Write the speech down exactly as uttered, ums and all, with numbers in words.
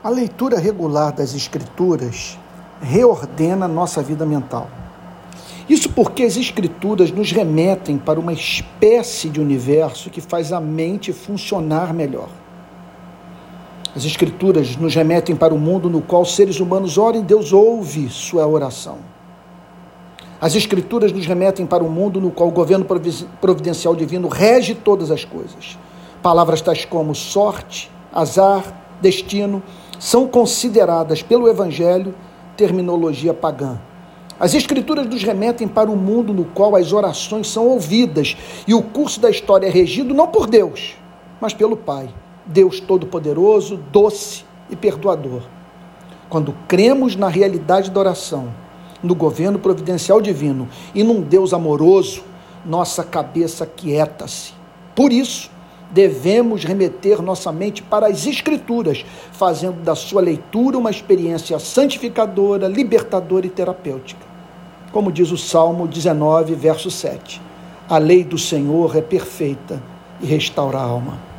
A leitura regular das Escrituras reordena nossa vida mental. Isso porque as Escrituras nos remetem para uma espécie de universo que faz a mente funcionar melhor. As Escrituras nos remetem para o mundo no qual os seres humanos oram e Deus ouve sua oração. As Escrituras nos remetem para um mundo no qual o governo providencial divino rege todas as coisas. Palavras tais como sorte, azar, destino, são consideradas pelo Evangelho terminologia pagã. As Escrituras nos remetem para um mundo no qual as orações são ouvidas e o curso da história é regido não por Deus, mas pelo Pai, Deus Todo-Poderoso, doce e perdoador. Quando cremos na realidade da oração, no governo providencial divino e num Deus amoroso, nossa cabeça quieta-se. Por isso, devemos remeter nossa mente para as Escrituras, fazendo da sua leitura uma experiência santificadora, libertadora e terapêutica. Como diz o Salmo dezenove, verso sete, a lei do Senhor é perfeita e restaura a alma.